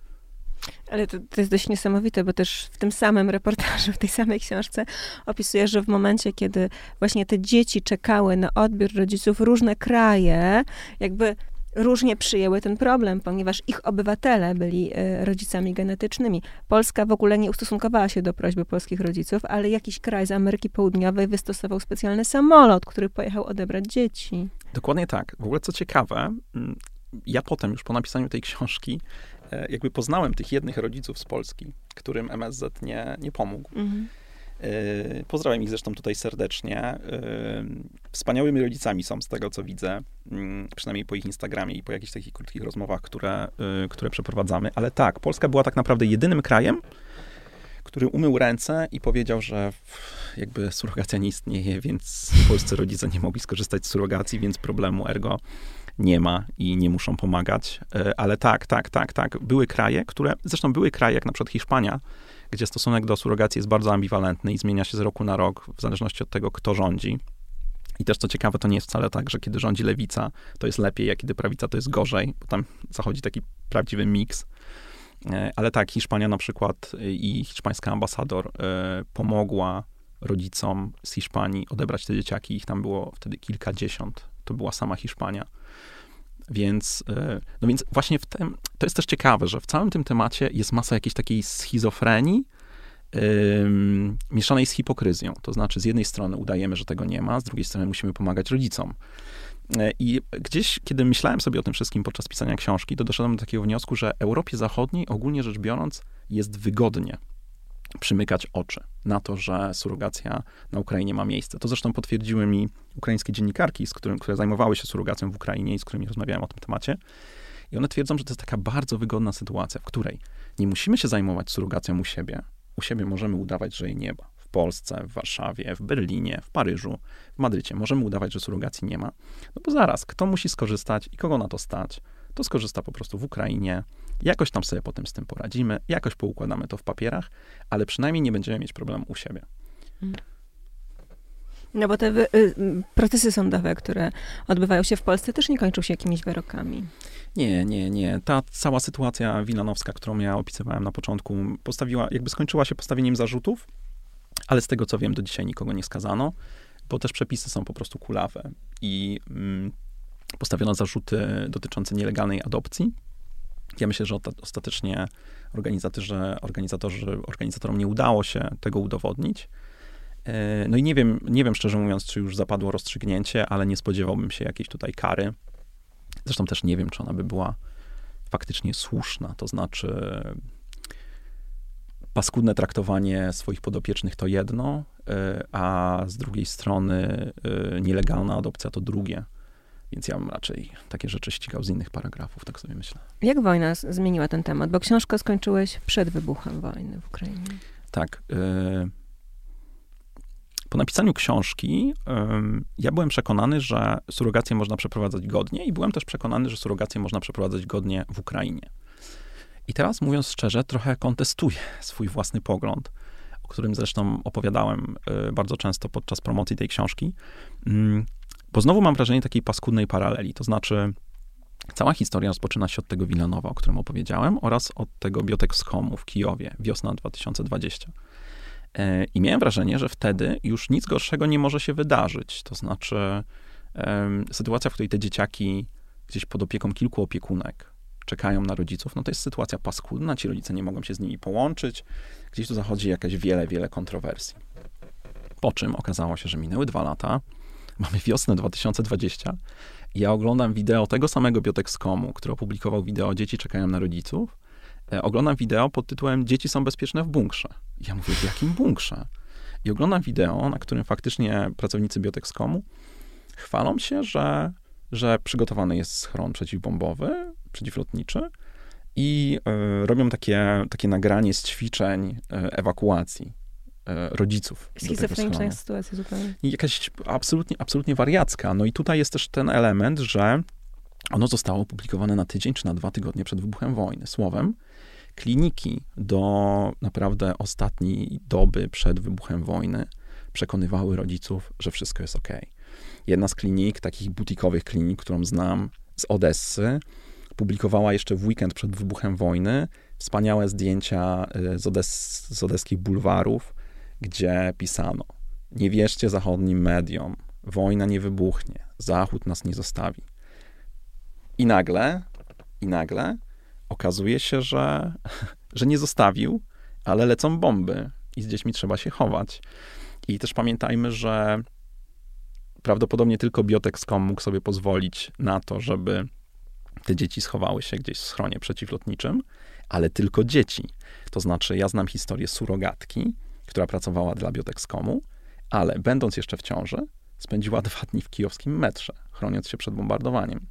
Ale to jest dość niesamowite, bo też w tym samym reportażu, w tej samej książce opisujesz, że w momencie, kiedy właśnie te dzieci czekały na odbiór rodziców, różne kraje jakby różnie przyjęły ten problem, ponieważ ich obywatele byli rodzicami genetycznymi. Polska w ogóle nie ustosunkowała się do prośby polskich rodziców, ale jakiś kraj z Ameryki Południowej wystosował specjalny samolot, który pojechał odebrać dzieci. Dokładnie tak. W ogóle co ciekawe, ja potem już po napisaniu tej książki jakby poznałem tych jednych rodziców z Polski, którym MSZ nie pomógł. Mhm. Pozdrawiam ich zresztą tutaj serdecznie. Wspaniałymi rodzicami są z tego, co widzę, przynajmniej po ich Instagramie i po jakichś takich krótkich rozmowach, które przeprowadzamy. Ale tak, Polska była tak naprawdę jedynym krajem, który umył ręce i powiedział, że jakby surogacja nie istnieje, więc polscy rodzice nie mogli skorzystać z surogacji, więc problemu ergo nie ma i nie muszą pomagać. Ale tak. Były kraje, jak na przykład Hiszpania, gdzie stosunek do surogacji jest bardzo ambiwalentny i zmienia się z roku na rok, w zależności od tego, kto rządzi. I też co ciekawe, to nie jest wcale tak, że kiedy rządzi lewica, to jest lepiej, a kiedy prawica, to jest gorzej, bo tam zachodzi taki prawdziwy miks. Ale tak, Hiszpania na przykład i hiszpańska ambasador pomogła rodzicom z Hiszpanii odebrać te dzieciaki. Ich tam było wtedy kilkadziesiąt. To była sama Hiszpania. Więc właśnie to jest też ciekawe, że w całym tym temacie jest masa jakiejś takiej schizofrenii, mieszanej z hipokryzją. To znaczy, z jednej strony udajemy, że tego nie ma, z drugiej strony musimy pomagać rodzicom. I gdzieś, kiedy myślałem sobie o tym wszystkim podczas pisania książki, to doszedłem do takiego wniosku, że Europie Zachodniej, ogólnie rzecz biorąc, jest wygodnie przymykać oczy na to, że surogacja na Ukrainie ma miejsce. To zresztą potwierdziły mi ukraińskie dziennikarki, które zajmowały się surogacją w Ukrainie i z którymi rozmawiałem o tym temacie. I one twierdzą, że to jest taka bardzo wygodna sytuacja, w której nie musimy się zajmować surogacją u siebie. U siebie możemy udawać, że jej nie ma. W Polsce, w Warszawie, w Berlinie, w Paryżu, w Madrycie. Możemy udawać, że surogacji nie ma. No bo zaraz, kto musi skorzystać i kogo na to stać, to skorzysta po prostu w Ukrainie. Jakoś tam sobie potem z tym poradzimy, jakoś poukładamy to w papierach, ale przynajmniej nie będziemy mieć problemu u siebie. No bo te procesy sądowe, które odbywają się w Polsce, też nie kończą się jakimiś wyrokami. Nie. Ta cała sytuacja wilanowska, którą ja opisywałem na początku, skończyła się postawieniem zarzutów, ale z tego, co wiem, do dzisiaj nikogo nie skazano, bo też przepisy są po prostu kulawe i postawiono zarzuty dotyczące nielegalnej adopcji. Ja myślę, że ostatecznie organizatorom nie udało się tego udowodnić. No i nie wiem szczerze mówiąc, czy już zapadło rozstrzygnięcie, ale nie spodziewałbym się jakiejś tutaj kary. Zresztą też nie wiem, czy ona by była faktycznie słuszna. To znaczy paskudne traktowanie swoich podopiecznych to jedno, a z drugiej strony nielegalna adopcja to drugie. Więc ja bym raczej takie rzeczy ścigał z innych paragrafów, tak sobie myślę. Jak wojna zmieniła ten temat? Bo książkę skończyłeś przed wybuchem wojny w Ukrainie. Tak. Po napisaniu książki ja byłem przekonany, że surogację można przeprowadzać godnie i byłem też przekonany, że surogację można przeprowadzać godnie w Ukrainie. I teraz, mówiąc szczerze, trochę kontestuję swój własny pogląd, o którym zresztą opowiadałem bardzo często podczas promocji tej książki, bo znowu mam wrażenie takiej paskudnej paraleli, to znaczy cała historia rozpoczyna się od tego Wilanowa, o którym opowiedziałem, oraz od tego Biotexcomu w Kijowie, wiosna 2020. I miałem wrażenie, że wtedy już nic gorszego nie może się wydarzyć. To znaczy sytuacja, w której te dzieciaki gdzieś pod opieką kilku opiekunek czekają na rodziców, no to jest sytuacja paskudna, ci rodzice nie mogą się z nimi połączyć. Gdzieś tu zachodzi jakaś wiele kontrowersji. Po czym okazało się, że minęły 2 lata, mamy wiosnę 2020 i ja oglądam wideo tego samego Biotexcomu, który opublikował wideo Dzieci czekają na rodziców. Oglądam wideo pod tytułem Dzieci są bezpieczne w bunkrze. I ja mówię, w jakim bunkrze? I oglądam wideo, na którym faktycznie pracownicy Biotexcomu chwalą się, że przygotowany jest schron przeciwbombowy, przeciwlotniczy i robią takie nagranie z ćwiczeń ewakuacji rodziców. Schizofreniczna sytuacja zupełnie. I jakaś absolutnie wariacka. No i tutaj jest też ten element, że ono zostało opublikowane na tydzień czy na 2 tygodnie przed wybuchem wojny. Słowem, kliniki do naprawdę ostatniej doby przed wybuchem wojny przekonywały rodziców, że wszystko jest okej. Jedna z klinik, takich butikowych klinik, którą znam z Odessy, publikowała jeszcze w weekend przed wybuchem wojny wspaniałe zdjęcia z odeskich bulwarów, gdzie pisano: nie wierzcie zachodnim mediom, wojna nie wybuchnie, Zachód nas nie zostawi. I nagle okazuje się, że nie zostawił, ale lecą bomby i z dziećmi trzeba się chować. I też pamiętajmy, że prawdopodobnie tylko Biotexcom mógł sobie pozwolić na to, żeby te dzieci schowały się gdzieś w schronie przeciwlotniczym, ale tylko dzieci. To znaczy, ja znam historię surogatki, która pracowała dla Biotexcomu, ale będąc jeszcze w ciąży, spędziła 2 dni w kijowskim metrze, chroniąc się przed bombardowaniem.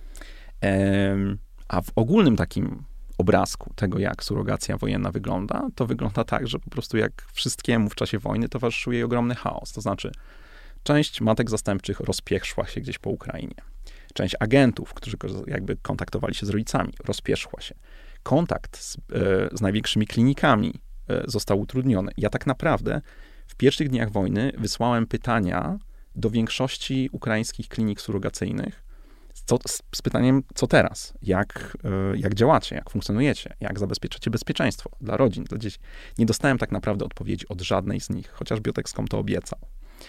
A w ogólnym takim obrazku tego, jak surogacja wojenna wygląda, to wygląda tak, że po prostu jak wszystkiemu w czasie wojny towarzyszył jej ogromny chaos. To znaczy, część matek zastępczych rozpieszła się gdzieś po Ukrainie. Część agentów, którzy jakby kontaktowali się z rodzicami, rozpieszła się. Kontakt z największymi klinikami został utrudniony. Ja tak naprawdę w pierwszych dniach wojny wysłałem pytania do większości ukraińskich klinik surogacyjnych z pytaniem, co teraz? Jak działacie? Jak funkcjonujecie? Jak zabezpieczacie bezpieczeństwo dla rodzin, dla dzieci? Nie dostałem tak naprawdę odpowiedzi od żadnej z nich, chociaż Biotexcom to obiecał.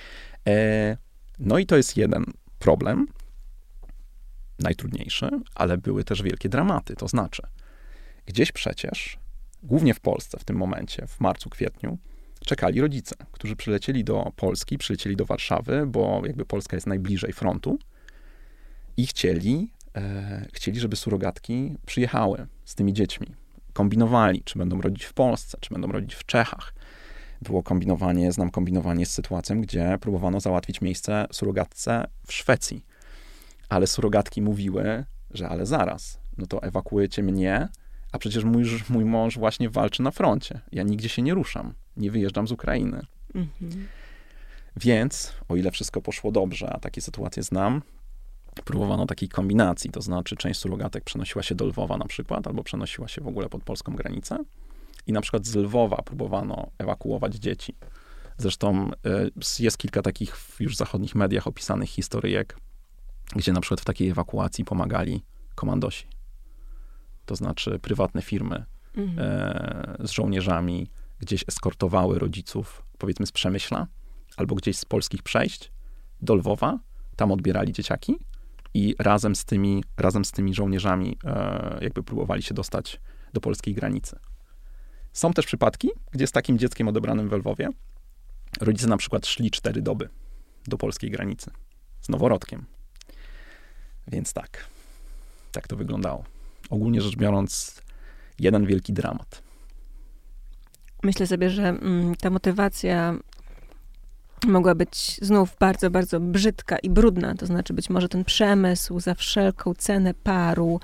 No i to jest jeden problem, najtrudniejszy, ale były też wielkie dramaty. To znaczy, gdzieś przecież, głównie w Polsce w tym momencie, w marcu, kwietniu, czekali rodzice, którzy przylecieli do Polski, przylecieli do Warszawy, bo jakby Polska jest najbliżej frontu i chcieli, żeby surogatki przyjechały z tymi dziećmi. Kombinowali, czy będą rodzić w Polsce, czy będą rodzić w Czechach. Znam kombinowanie z sytuacją, gdzie próbowano załatwić miejsce surogatce w Szwecji. Ale surogatki mówiły, że ale zaraz, no to ewakuujecie mnie, a przecież mój mąż właśnie walczy na froncie. Ja nigdzie się nie ruszam, nie wyjeżdżam z Ukrainy. Mhm. Więc, o ile wszystko poszło dobrze, a takie sytuacje znam, próbowano takiej kombinacji, to znaczy część surogatek przenosiła się do Lwowa na przykład, albo przenosiła się w ogóle pod polską granicę i na przykład z Lwowa próbowano ewakuować dzieci. Zresztą jest kilka takich w już zachodnich mediach opisanych historyjek, gdzie na przykład w takiej ewakuacji pomagali komandosi. To znaczy prywatne firmy z żołnierzami gdzieś eskortowały rodziców, powiedzmy z Przemyśla, albo gdzieś z polskich przejść do Lwowa, tam odbierali dzieciaki i razem z tymi żołnierzami jakby próbowali się dostać do polskiej granicy. Są też przypadki, gdzie z takim dzieckiem odebranym w Lwowie rodzice na przykład szli 4 doby do polskiej granicy z noworodkiem. Więc tak to wyglądało. Ogólnie rzecz biorąc, jeden wielki dramat. Myślę sobie, że ta motywacja mogła być znów bardzo, bardzo brzydka i brudna. To znaczy być może ten przemysł za wszelką cenę paru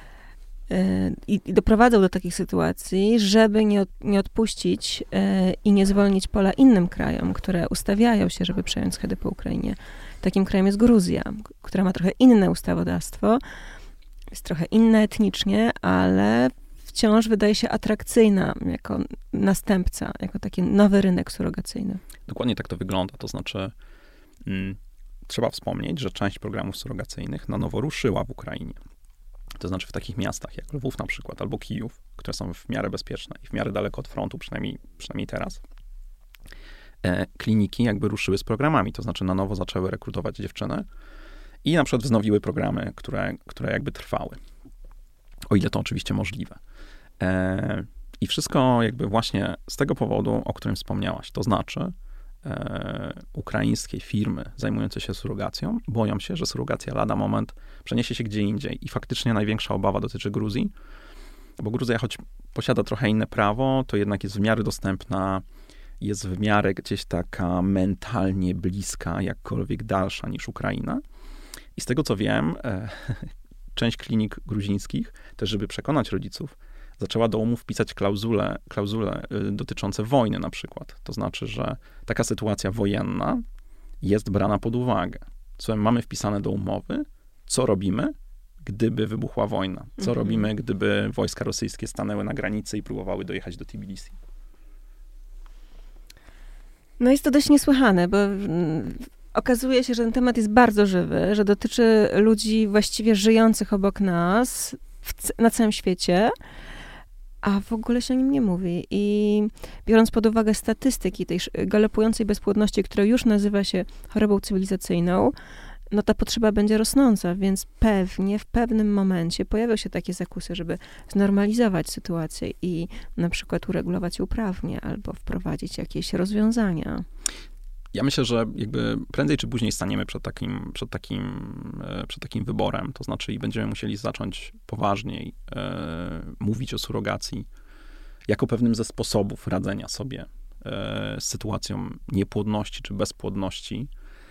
i doprowadzał do takich sytuacji, żeby nie odpuścić i nie zwolnić pola innym krajom, które ustawiają się, żeby przejąć schedy po Ukrainie. Takim krajem jest Gruzja, która ma trochę inne ustawodawstwo, jest trochę inne etnicznie, ale w wciąż wydaje się atrakcyjna jako następca, jako taki nowy rynek surogacyjny. Dokładnie tak to wygląda. To znaczy, trzeba wspomnieć, że część programów surogacyjnych na nowo ruszyła w Ukrainie. To znaczy w takich miastach jak Lwów na przykład, albo Kijów, które są w miarę bezpieczne i w miarę daleko od frontu, przynajmniej teraz, kliniki jakby ruszyły z programami, to znaczy na nowo zaczęły rekrutować dziewczyny i na przykład wznowiły programy, które jakby trwały. O ile to oczywiście możliwe. I wszystko jakby właśnie z tego powodu, o którym wspomniałaś. To znaczy ukraińskie firmy zajmujące się surrogacją boją się, że surrogacja lada moment przeniesie się gdzie indziej. I faktycznie największa obawa dotyczy Gruzji, bo Gruzja, choć posiada trochę inne prawo, to jednak jest w miarę dostępna, jest w miarę gdzieś taka mentalnie bliska, jakkolwiek dalsza niż Ukraina. I z tego co wiem, część klinik gruzińskich, też żeby przekonać rodziców, zaczęła do umów wpisać klauzule dotyczące wojny na przykład. To znaczy, że taka sytuacja wojenna jest brana pod uwagę. Co mamy wpisane do umowy, co robimy, gdyby wybuchła wojna. Co robimy, gdyby wojska rosyjskie stanęły na granicy i próbowały dojechać do Tbilisi. No jest to dość niesłychane, bo okazuje się, że ten temat jest bardzo żywy, że dotyczy ludzi właściwie żyjących obok nas na całym świecie, a w ogóle się o nim nie mówi. I biorąc pod uwagę statystyki tej galopującej bezpłodności, która już nazywa się chorobą cywilizacyjną, no ta potrzeba będzie rosnąca, więc pewnie w pewnym momencie pojawią się takie zakusy, żeby znormalizować sytuację i na przykład uregulować ją prawnie albo wprowadzić jakieś rozwiązania. Ja myślę, że jakby prędzej czy później staniemy przed takim wyborem, to znaczy i będziemy musieli zacząć poważniej mówić o surrogacji jako pewnym ze sposobów radzenia sobie z sytuacją niepłodności czy bezpłodności,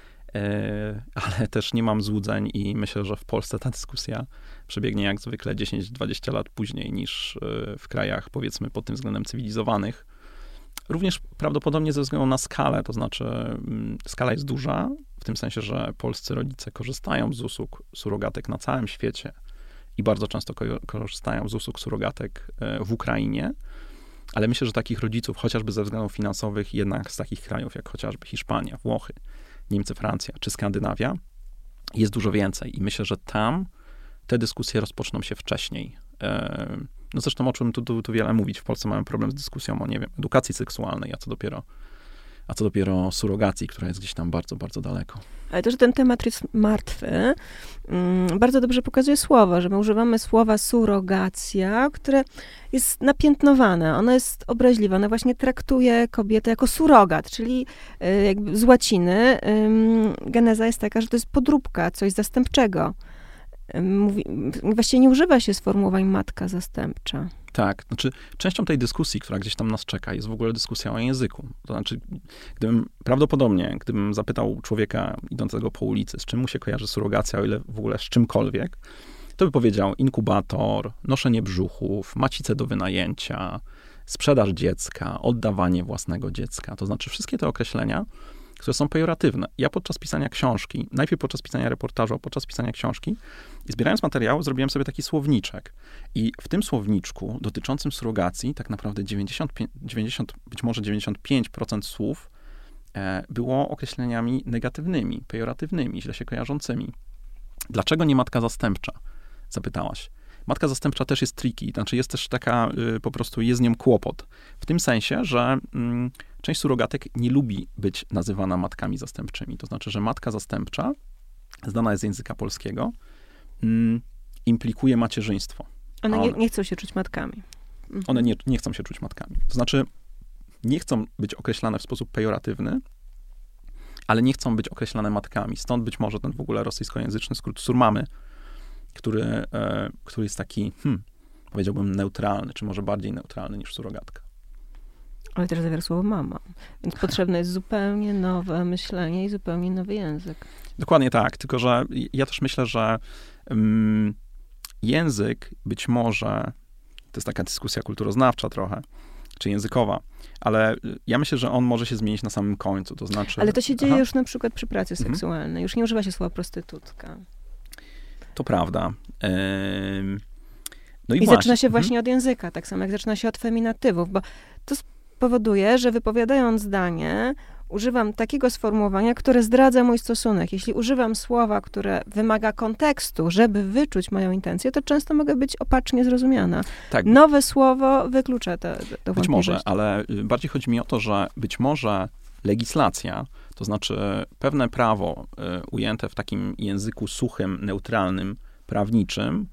ale też nie mam złudzeń i myślę, że w Polsce ta dyskusja przebiegnie jak zwykle 10-20 lat później niż w krajach, powiedzmy, pod tym względem cywilizowanych. Również prawdopodobnie ze względu na skalę, to znaczy skala jest duża, w tym sensie, że polscy rodzice korzystają z usług surrogatek na całym świecie i bardzo często korzystają z usług surrogatek w Ukrainie, ale myślę, że takich rodziców, chociażby ze względów finansowych, jednak z takich krajów jak chociażby Hiszpania, Włochy, Niemcy, Francja czy Skandynawia jest dużo więcej i myślę, że tam te dyskusje rozpoczną się wcześniej. No zresztą o czym tu wiele mówić. W Polsce mamy problem z dyskusją o, nie wiem, edukacji seksualnej, a co dopiero surrogacji, która jest gdzieś tam bardzo, bardzo daleko. Ale to, że ten temat jest martwy, bardzo dobrze pokazuje słowo, że my używamy słowa surrogacja, które jest napiętnowane, ono jest obraźliwe, ono właśnie traktuje kobietę jako surogat, czyli jakby z łaciny geneza jest taka, że to jest podróbka, coś zastępczego. Właściwie nie używa się sformułowań matka zastępcza. Tak, znaczy częścią tej dyskusji, która gdzieś tam nas czeka, jest w ogóle dyskusja o języku. To znaczy, gdybym zapytał człowieka idącego po ulicy, z czym mu się kojarzy surrogacja, o ile w ogóle z czymkolwiek, to by powiedział inkubator, noszenie brzuchów, macice do wynajęcia, sprzedaż dziecka, oddawanie własnego dziecka. To znaczy wszystkie te określenia, które są pejoratywne. Ja podczas pisania książki, najpierw podczas pisania reportażu, a podczas pisania książki, zbierając materiał, zrobiłem sobie taki słowniczek. I w tym słowniczku dotyczącym surrogacji tak naprawdę 90, być może 95% słów było określeniami negatywnymi, pejoratywnymi, źle się kojarzącymi. Dlaczego nie matka zastępcza? Zapytałaś. Matka zastępcza też jest tricky, znaczy jest też taka, po prostu jest z nią kłopot. W tym sensie, że część surrogatek nie lubi być nazywana matkami zastępczymi. To znaczy, że matka zastępcza, znana jest z języka polskiego, implikuje macierzyństwo. One nie chcą się czuć matkami. One nie chcą się czuć matkami. To znaczy, nie chcą być określane w sposób pejoratywny, ale nie chcą być określane matkami. Stąd być może ten w ogóle rosyjskojęzyczny skrót surmamy, który jest taki, powiedziałbym, neutralny, czy może bardziej neutralny niż surrogatka. Ale też zawiera słowo mama. Więc potrzebne jest zupełnie nowe myślenie i zupełnie nowy język. Dokładnie tak, tylko że ja też myślę, że język być może, to jest taka dyskusja kulturoznawcza trochę, czy językowa, ale ja myślę, że on może się zmienić na samym końcu, to znaczy... Ale to się dzieje już na przykład przy pracy seksualnej. Już nie używa się słowa prostytutka. To prawda. No I zaczyna się właśnie od języka, tak samo jak zaczyna się od feminatywów, bo to spowoduje, że wypowiadając zdanie, używam takiego sformułowania, które zdradza mój stosunek. Jeśli używam słowa, które wymaga kontekstu, żeby wyczuć moją intencję, to często mogę być opacznie zrozumiana. Tak. Nowe słowo wyklucza to wątpliwość. Być może, ale bardziej chodzi mi o to, że być może legislacja, to znaczy pewne prawo ujęte w takim języku suchym, neutralnym, prawniczym,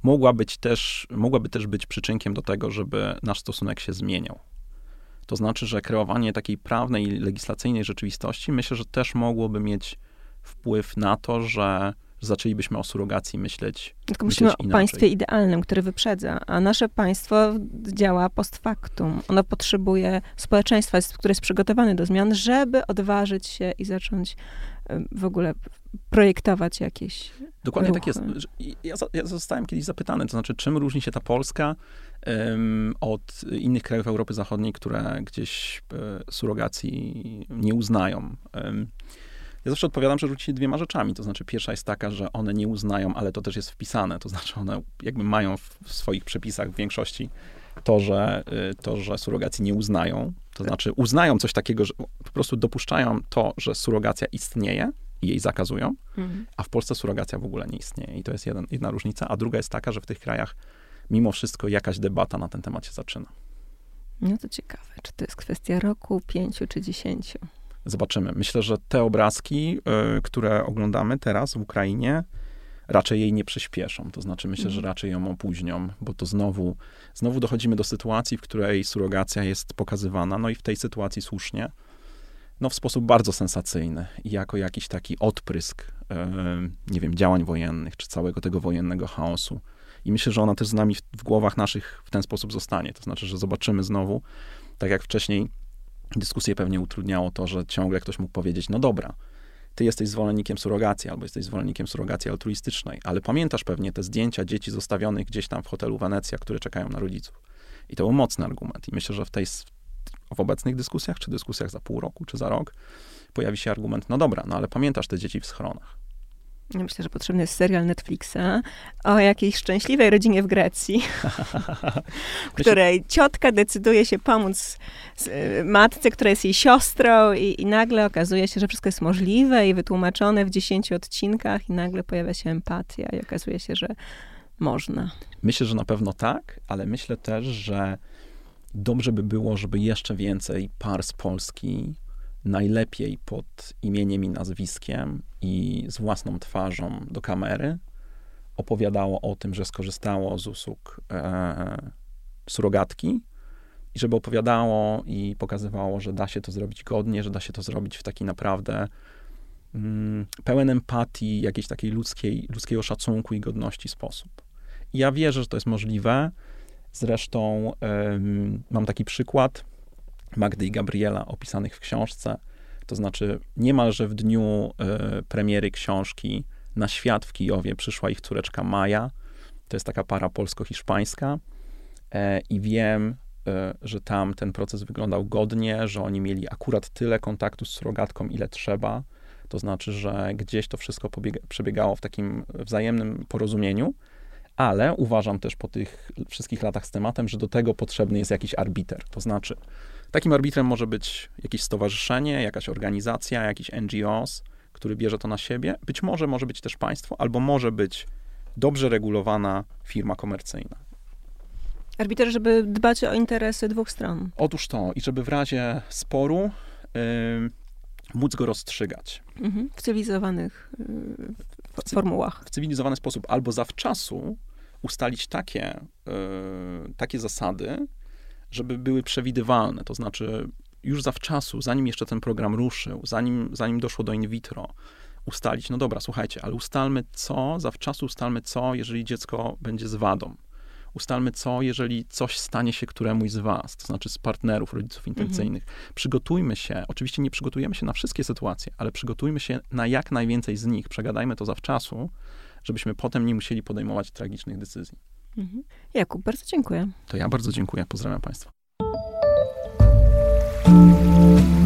mogłaby też być przyczynkiem do tego, żeby nasz stosunek się zmieniał. To znaczy, że kreowanie takiej prawnej i legislacyjnej rzeczywistości, myślę, że też mogłoby mieć wpływ na to, że zaczęlibyśmy o surogacji myśleć Tylko myślimy inaczej. o państwie idealnym, które wyprzedza, a nasze państwo działa post factum. Ono potrzebuje społeczeństwa, które jest przygotowane do zmian, żeby odważyć się i zacząć w ogóle projektować jakieś Dokładnie ruchy. tak jest. Ja zostałem kiedyś zapytany, to znaczy, czym różni się ta Polska od innych krajów Europy Zachodniej, które gdzieś surogacji nie uznają. Ja zawsze odpowiadam, że różni się dwiema rzeczami. To znaczy, pierwsza jest taka, że one nie uznają, ale to też jest wpisane. To znaczy, one jakby mają w swoich przepisach w większości to, że surogacji nie uznają. To znaczy, uznają coś takiego, że po prostu dopuszczają to, że surogacja istnieje i jej zakazują, a w Polsce surogacja w ogóle nie istnieje. I to jest jedna różnica. A druga jest taka, że w tych krajach mimo wszystko jakaś debata na ten temat się zaczyna. No to ciekawe, czy to jest kwestia roku, 5 czy 10? Zobaczymy. Myślę, że te obrazki, które oglądamy teraz w Ukrainie, raczej jej nie przyspieszą. To znaczy, myślę, że raczej ją opóźnią, bo to znowu dochodzimy do sytuacji, w której surogacja jest pokazywana, no i w tej sytuacji słusznie, no w sposób bardzo sensacyjny i jako jakiś taki odprysk, nie wiem, działań wojennych, czy całego tego wojennego chaosu. I myślę, że ona też z nami w głowach naszych w ten sposób zostanie. To znaczy, że zobaczymy znowu, tak jak wcześniej dyskusję pewnie utrudniało to, że ciągle ktoś mógł powiedzieć, no dobra, ty jesteś zwolennikiem surogacji, albo jesteś zwolennikiem surogacji altruistycznej, ale pamiętasz pewnie te zdjęcia dzieci zostawionych gdzieś tam w hotelu Wenecja, które czekają na rodziców. I to był mocny argument. I myślę, że w obecnych dyskusjach, czy dyskusjach za pół roku, czy za rok, pojawi się argument, no dobra, no ale pamiętasz te dzieci w schronach. Ja myślę, że potrzebny jest serial Netflixa o jakiejś szczęśliwej rodzinie w Grecji, w której ciotka decyduje się pomóc matce, która jest jej siostrą i nagle okazuje się, że wszystko jest możliwe i wytłumaczone w 10 odcinkach i nagle pojawia się empatia i okazuje się, że można. Myślę, że na pewno tak, ale myślę też, że dobrze by było, żeby jeszcze więcej par z Polski, najlepiej pod imieniem i nazwiskiem i z własną twarzą do kamery, opowiadało o tym, że skorzystało z usług surogatki i żeby opowiadało i pokazywało, że da się to zrobić godnie, że da się to zrobić w taki naprawdę pełen empatii, jakiejś takiej ludzkiego szacunku i godności sposób. I ja wierzę, że to jest możliwe. Zresztą mam taki przykład Magdy i Gabriela opisanych w książce. To znaczy niemalże w dniu premiery książki na świat w Kijowie przyszła ich córeczka Maja. To jest taka para polsko-hiszpańska. I wiem, że tam ten proces wyglądał godnie, że oni mieli akurat tyle kontaktu z surogatką, ile trzeba. To znaczy, że gdzieś to wszystko przebiegało w takim wzajemnym porozumieniu. Ale uważam też po tych wszystkich latach z tematem, że do tego potrzebny jest jakiś arbiter. To znaczy, takim arbitrem może być jakieś stowarzyszenie, jakaś organizacja, jakiś NGOs, który bierze to na siebie. Być może być też państwo, albo może być dobrze regulowana firma komercyjna. Arbiter, żeby dbać o interesy dwóch stron. Otóż to. I żeby w razie sporu móc go rozstrzygać. W cywilizowanych formułach. W cywilizowany sposób. Albo zawczasu ustalić takie zasady, żeby były przewidywalne. To znaczy już zawczasu, zanim jeszcze ten program ruszył, zanim doszło do in vitro, ustalić, no dobra, słuchajcie, ale zawczasu ustalmy co, jeżeli dziecko będzie z wadą. Ustalmy co, jeżeli coś stanie się któremuś z was, to znaczy z partnerów, rodziców intencyjnych. Przygotujmy się, oczywiście nie przygotujemy się na wszystkie sytuacje, ale przygotujmy się na jak najwięcej z nich. Przegadajmy to zawczasu, żebyśmy potem nie musieli podejmować tragicznych decyzji. Jakub, bardzo dziękuję. To ja bardzo dziękuję. Pozdrawiam państwa.